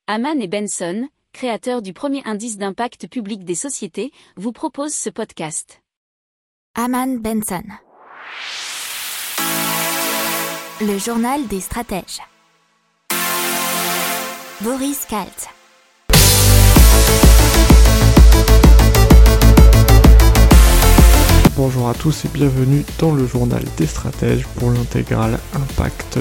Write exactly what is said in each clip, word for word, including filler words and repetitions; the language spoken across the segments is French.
Hamann et Benson, créateurs du premier indice d'impact public des sociétés, vous proposent ce podcast. Hamann Benson. Le journal des stratèges. Boris Kalt. Bonjour à tous et bienvenue dans le journal des stratèges pour l'intégrale Impact.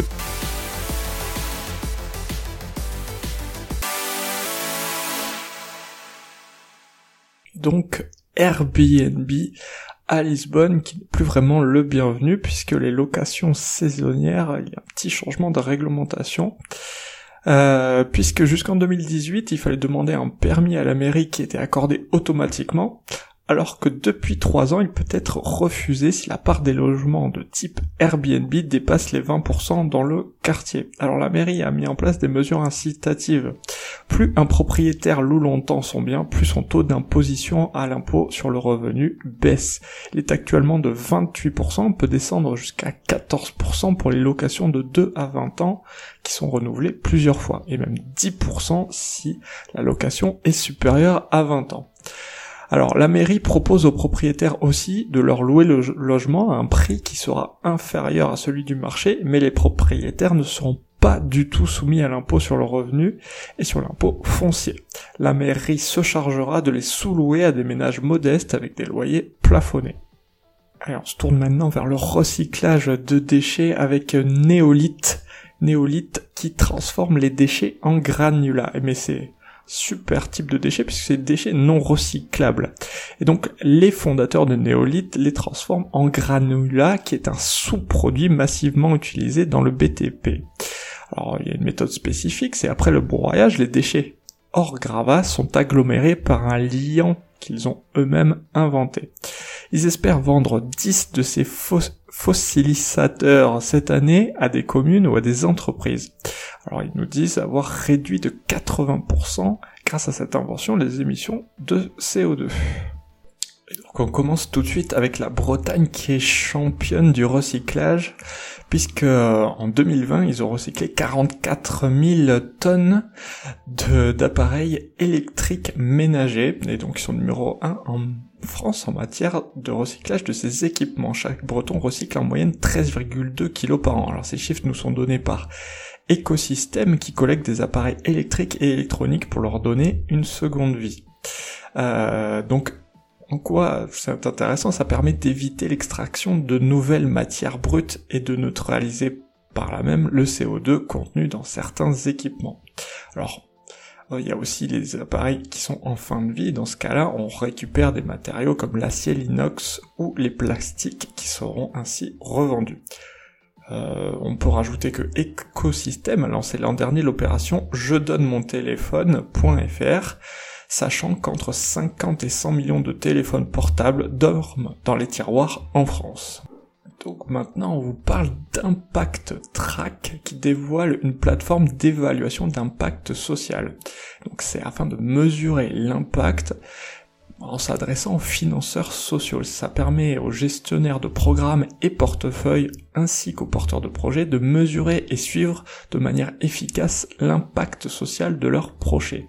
Donc Airbnb à Lisbonne qui n'est plus vraiment le bienvenu puisque les locations saisonnières, il y a un petit changement de réglementation. Euh, puisque jusqu'en deux mille dix-huit, il fallait demander un permis à la mairie qui était accordé automatiquement, alors que depuis trois ans, il peut être refusé si la part des logements de type Airbnb dépasse les vingt pour cent dans le quartier. Alors la mairie a mis en place des mesures incitatives. Plus un propriétaire loue longtemps son bien, plus son taux d'imposition à l'impôt sur le revenu baisse. Il est actuellement de vingt-huit pour cent, peut descendre jusqu'à quatorze pour cent pour les locations de deux à vingt ans qui sont renouvelées plusieurs fois, et même dix pour cent si la location est supérieure à vingt ans. Alors, la mairie propose aux propriétaires aussi de leur louer le logement à un prix qui sera inférieur à celui du marché, mais les propriétaires ne seront pas du tout soumis à l'impôt sur le revenu et sur l'impôt foncier. La mairie se chargera de les sous-louer à des ménages modestes avec des loyers plafonnés. Allez, on se tourne maintenant vers le recyclage de déchets avec Néolith. Néolith qui transforme les déchets en granulats. Mais c'est super type de déchets puisque c'est des déchets non recyclables. Et donc les fondateurs de Néolith les transforment en granulats qui est un sous-produit massivement utilisé dans le B T P. Alors il y a une méthode spécifique, c'est après le broyage, les déchets hors gravats sont agglomérés par un liant qu'ils ont eux-mêmes inventé. Ils espèrent vendre dix de ces fos- fossilisateurs cette année à des communes ou à des entreprises. Alors ils nous disent avoir réduit de quatre-vingts pour cent grâce à cette invention les émissions de C O deux. Et donc on commence tout de suite avec la Bretagne qui est championne du recyclage, puisque en deux mille vingt ils ont recyclé quarante-quatre mille tonnes de, d'appareils électriques ménagers, et donc ils sont numéro un en France en matière de recyclage de ces équipements. Chaque Breton recycle en moyenne treize virgule deux kilos par an. Alors ces chiffres nous sont donnés par Écosystème qui collecte des appareils électriques et électroniques pour leur donner une seconde vie. Euh, donc en quoi c'est intéressant, ça permet d'éviter l'extraction de nouvelles matières brutes et de neutraliser par là même le C O deux contenu dans certains équipements. Alors il y a aussi les appareils qui sont en fin de vie. Dans ce cas-là, on récupère des matériaux comme l'acier, l'inox ou les plastiques qui seront ainsi revendus. Euh, on peut rajouter que Écosystème a lancé l'an dernier l'opération Je donne mon téléphone.fr, sachant qu'entre cinquante et cent millions de téléphones portables dorment dans les tiroirs en France. Donc maintenant, on vous parle d'Impact Track qui dévoile une plateforme d'évaluation d'impact social. Donc c'est afin de mesurer l'impact en s'adressant aux financeurs sociaux. Ça permet aux gestionnaires de programmes et portefeuilles ainsi qu'aux porteurs de projets de mesurer et suivre de manière efficace l'impact social de leurs projets.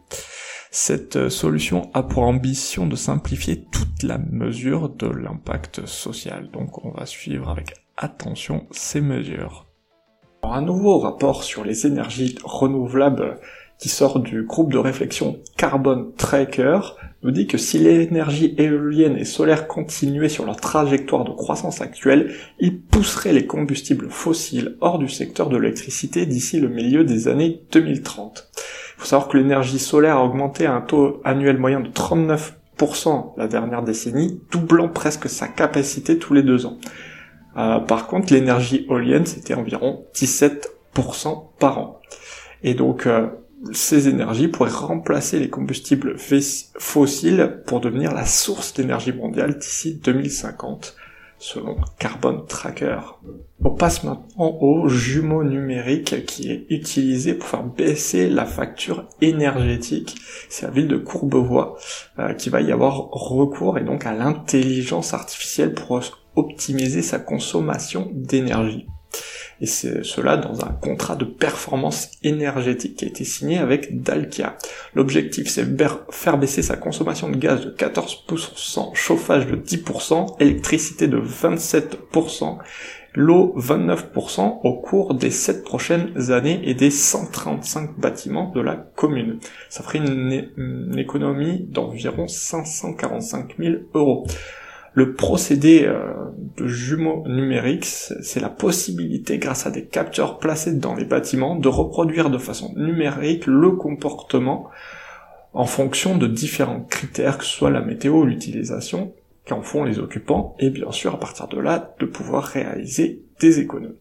Cette solution a pour ambition de simplifier toute la mesure de l'impact social. Donc on va suivre avec attention ces mesures. Alors, un nouveau rapport sur les énergies renouvelables qui sort du groupe de réflexion Carbon Tracker nous dit que si l'énergie éolienne et solaire continuaient sur leur trajectoire de croissance actuelle, ils pousseraient les combustibles fossiles hors du secteur de l'électricité d'ici le milieu des années deux mille trente. Il faut savoir que l'énergie solaire a augmenté à un taux annuel moyen de trente-neuf pour cent la dernière décennie, doublant presque sa capacité tous les deux ans. Euh, par contre, l'énergie éolienne, c'était environ dix-sept pour cent par an. Et donc, euh, ces énergies pourraient remplacer les combustibles fossiles pour devenir la source d'énergie mondiale d'ici deux mille cinquante, selon Carbon Tracker. On passe maintenant au jumeau numérique qui est utilisé pour faire baisser la facture énergétique. C'est la ville de Courbevoie euh, qui va y avoir recours et donc à l'intelligence artificielle pour optimiser sa consommation d'énergie. Et c'est cela dans un contrat de performance énergétique qui a été signé avec Dalkia. L'objectif, c'est de faire baisser sa consommation de gaz de quatorze pour cent, chauffage de dix pour cent, électricité de vingt-sept pour cent, l'eau vingt-neuf pour cent au cours des sept prochaines années et des cent trente-cinq bâtiments de la commune. Ça ferait une, une économie d'environ cinq cent quarante-cinq mille euros. Le procédé euh, de jumeaux numériques, c'est la possibilité, grâce à des capteurs placés dans les bâtiments, de reproduire de façon numérique le comportement en fonction de différents critères, que ce soit la météo ou l'utilisation qu'en font les occupants, et bien sûr, à partir de là, de pouvoir réaliser des économies.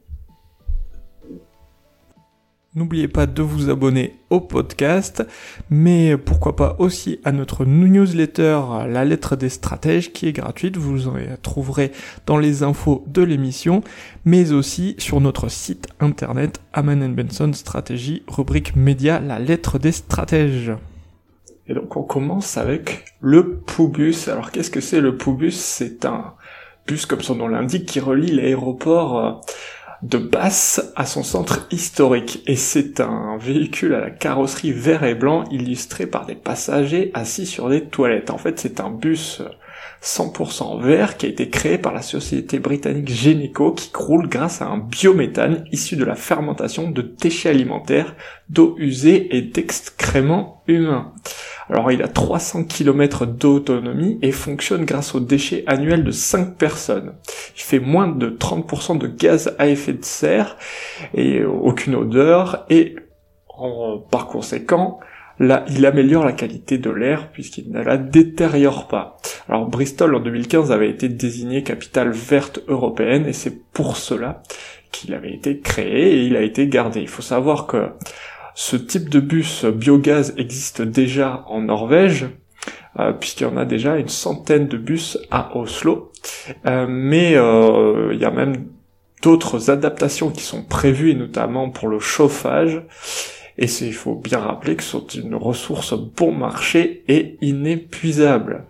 N'oubliez pas de vous abonner au podcast, mais pourquoi pas aussi à notre newsletter La Lettre des Stratèges qui est gratuite, vous en trouverez dans les infos de l'émission, mais aussi sur notre site internet Aman and Benson Stratégie, rubrique média La Lettre des Stratèges. Et donc on commence avec le Poubus. Alors qu'est-ce que c'est le Poubus ? C'est un bus, comme son nom l'indique, qui relie l'aéroport de Basse à son centre historique, et c'est un véhicule à la carrosserie vert et blanc illustré par des passagers assis sur des toilettes. En fait, c'est un bus cent pour cent vert qui a été créé par la société britannique Geneco, qui roule grâce à un biométhane issu de la fermentation de déchets alimentaires, d'eau usée et d'excréments humains. Alors il a trois cents kilomètres d'autonomie et fonctionne grâce aux déchets annuels de cinq personnes. Il fait moins de trente pour cent de gaz à effet de serre et aucune odeur, et en, par conséquent, là, il améliore la qualité de l'air puisqu'il ne la détériore pas. Alors Bristol en deux mille quinze avait été désigné capitale verte européenne, et c'est pour cela qu'il avait été créé et il a été gardé. Il faut savoir que ce type de bus biogaz existe déjà en Norvège, euh, puisqu'il y en a déjà une centaine de bus à Oslo, euh, mais euh, il y a même d'autres adaptations qui sont prévues, et notamment pour le chauffage, et c'est, il faut bien rappeler que c'est une ressource bon marché et inépuisable.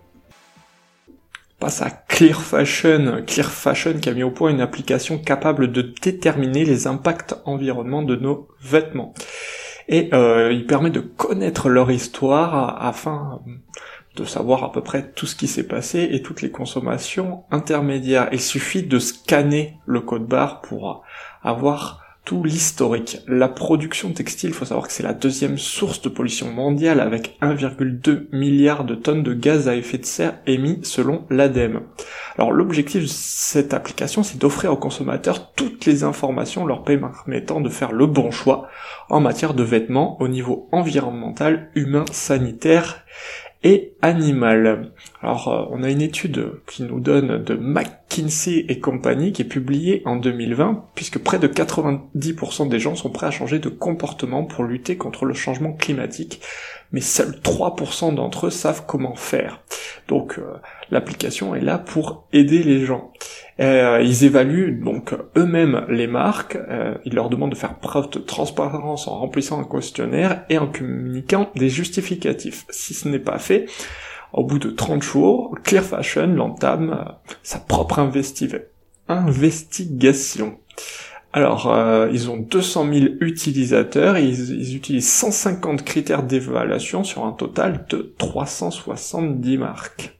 On passe à Clear Fashion. Clear Fashion qui a mis au point une application capable de déterminer les impacts environnementaux de nos vêtements. Et euh, il permet de connaître leur histoire afin de savoir à peu près tout ce qui s'est passé et toutes les consommations intermédiaires. Il suffit de scanner le code barre pour avoir tout l'historique. La production textile, il faut savoir que c'est la deuxième source de pollution mondiale avec un virgule deux milliard de tonnes de gaz à effet de serre émis selon l'ADEME. Alors l'objectif de cette application, c'est d'offrir aux consommateurs toutes les informations leur permettant de faire le bon choix en matière de vêtements au niveau environnemental, humain, sanitaire et animal. Alors, euh, on a une étude qui nous donne de McKinsey et compagnie qui est publiée en deux mille vingt, puisque près de quatre-vingt-dix pour cent des gens sont prêts à changer de comportement pour lutter contre le changement climatique, mais seuls trois pour cent d'entre eux savent comment faire. Donc, euh, l'application est là pour aider les gens. Euh, ils évaluent donc eux-mêmes les marques, euh, ils leur demandent de faire preuve de transparence en remplissant un questionnaire et en communiquant des justificatifs. Si ce n'est pas fait, au bout de trente jours, Clear Fashion entame euh, sa propre investi- investigation. Alors, euh, ils ont deux cent mille utilisateurs et ils, ils utilisent cent cinquante critères d'évaluation sur un total de trois cent soixante-dix marques.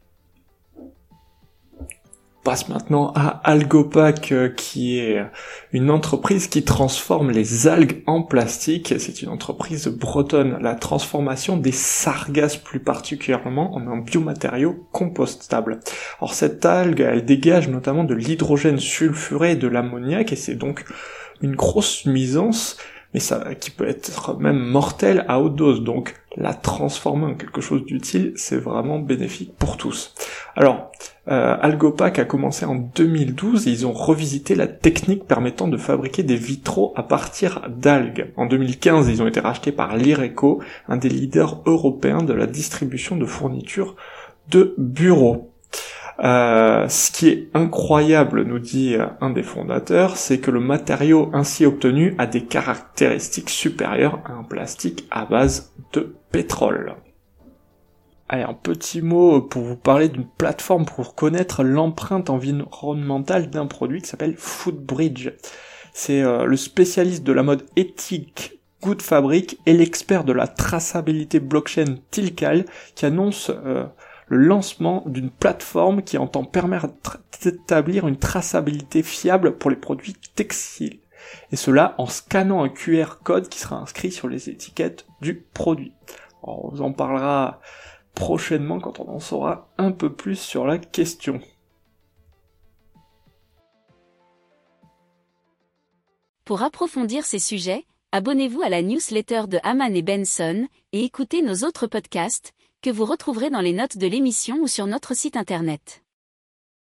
On passe maintenant à Algopac, euh, qui est une entreprise qui transforme les algues en plastique. C'est une entreprise bretonne. La transformation des sargasses plus particulièrement en un biomatériau compostable. Alors cette algue, elle dégage notamment de l'hydrogène sulfuré et de l'ammoniac, et c'est donc une grosse nuisance, mais ça, qui peut être même mortelle à haute dose. Donc la transformer en quelque chose d'utile, c'est vraiment bénéfique pour tous. Alors, Euh, Algopac a commencé en deux mille douze et ils ont revisité la technique permettant de fabriquer des vitraux à partir d'algues. En deux mille quinze, ils ont été rachetés par Lireco, un des leaders européens de la distribution de fournitures de bureaux. Euh, ce qui est incroyable, nous dit un des fondateurs, c'est que le matériau ainsi obtenu a des caractéristiques supérieures à un plastique à base de pétrole. Allez, un petit mot pour vous parler d'une plateforme pour connaître l'empreinte environnementale d'un produit qui s'appelle Footbridge. C'est euh, le spécialiste de la mode éthique Good Fabric et l'expert de la traçabilité blockchain Tilcal qui annonce euh, le lancement d'une plateforme qui entend permettre d'établir une traçabilité fiable pour les produits textiles. Et cela en scannant un Q R code qui sera inscrit sur les étiquettes du produit. Alors, on vous en parlera prochainement quand on en saura un peu plus sur la question. Pour approfondir ces sujets, abonnez-vous à la newsletter de Hamann et Benson et écoutez nos autres podcasts que vous retrouverez dans les notes de l'émission ou sur notre site internet.